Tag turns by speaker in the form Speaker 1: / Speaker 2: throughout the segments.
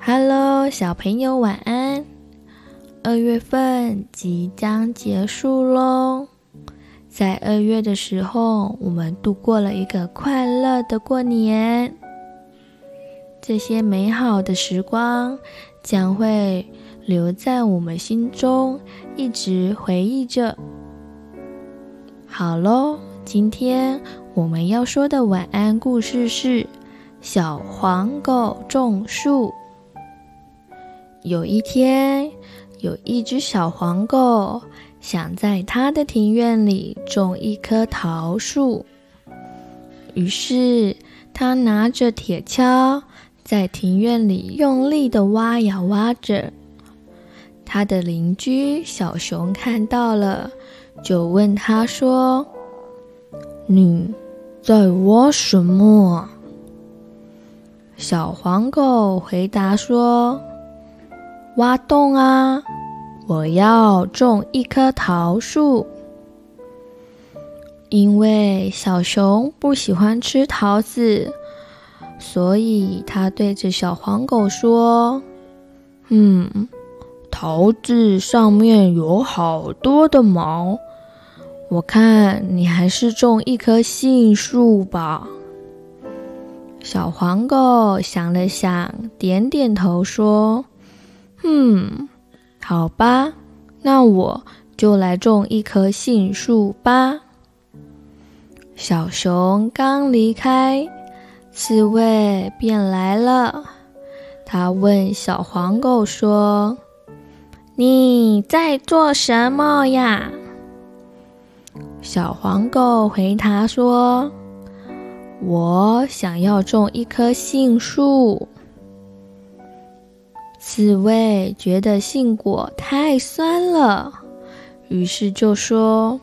Speaker 1: Hello， 小朋友晚安。2月份即将结束咯，在2月的时候，我们度过了一个快乐的过年。这些美好的时光将会留在我们心中，一直回忆着。好咯，今天我们要说的晚安故事是小黄狗种树。有一天，有一只小黄狗想在它的庭院里种一棵桃树，于是它拿着铁锹在庭院里用力地挖呀挖着。它的邻居小熊看到了，就问它说：“你在挖什么？”小黄狗回答说：“挖洞啊，我要种一棵桃树。”因为小熊不喜欢吃桃子，所以他对着小黄狗说：“桃子上面有好多的毛，我看你还是种一棵杏树吧。”小黄狗想了想，点点头说：“好吧，那我就来种一棵杏树吧。”小熊刚离开，刺猬便来了。他问小黄狗说：“你在做什么呀？”小黄狗回答说：“我想要种一棵杏树。”刺猬觉得杏果太酸了，于是就说：“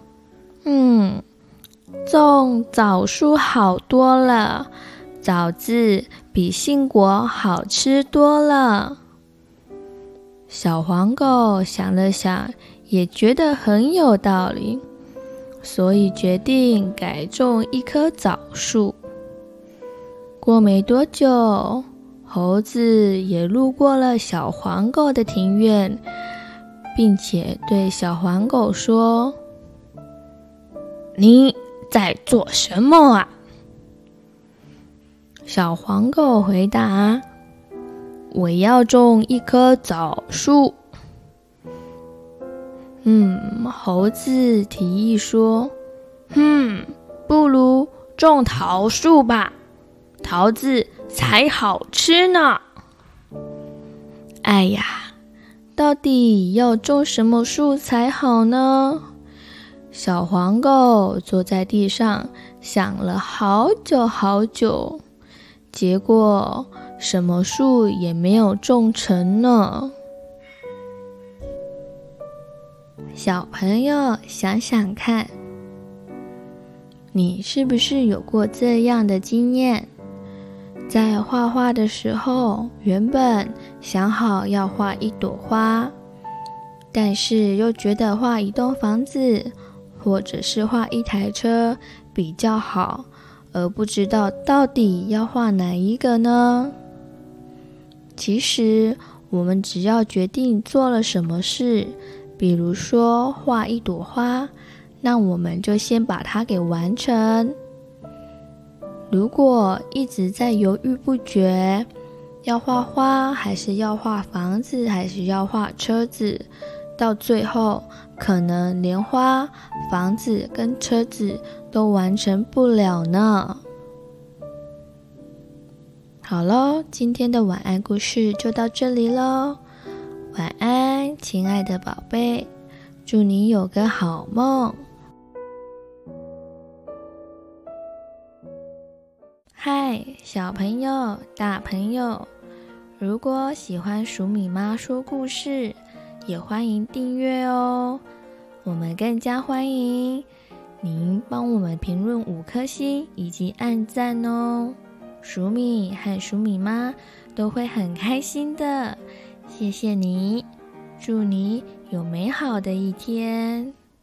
Speaker 1: 种枣树好多了，枣子比杏果好吃多了。”小黄狗想了想，也觉得很有道理，所以决定改种一棵枣树。过没多久，猴子也路过了小黄狗的庭院，并且对小黄狗说：“你在做什么啊？”小黄狗回答：“我要种一棵枣树。”猴子提议说：“不如种桃树吧，桃子才好吃呢。”哎呀，到底要种什么树才好呢？小黄狗坐在地上想了好久好久，结果什么树也没有种成呢。小朋友想想看，你是不是有过这样的经验？在画画的时候，原本想好要画一朵花，但是又觉得画一栋房子或者是画一台车比较好，而不知道到底要画哪一个呢？其实我们只要决定做了什么事，比如说画一朵花，那我们就先把它给完成。如果一直在犹豫不决，要画花还是要画房子还是要画车子，到最后可能连花、房子跟车子都完成不了呢。好咯，今天的晚安故事就到这里咯。晚安，亲爱的宝贝，祝你有个好梦。嗨，小朋友、大朋友，如果喜欢黍米妈说故事，也欢迎订阅哦。我们更加欢迎您帮我们评论5颗星以及按赞哦。黍米和黍米妈都会很开心的，谢谢你，祝你有美好的一天。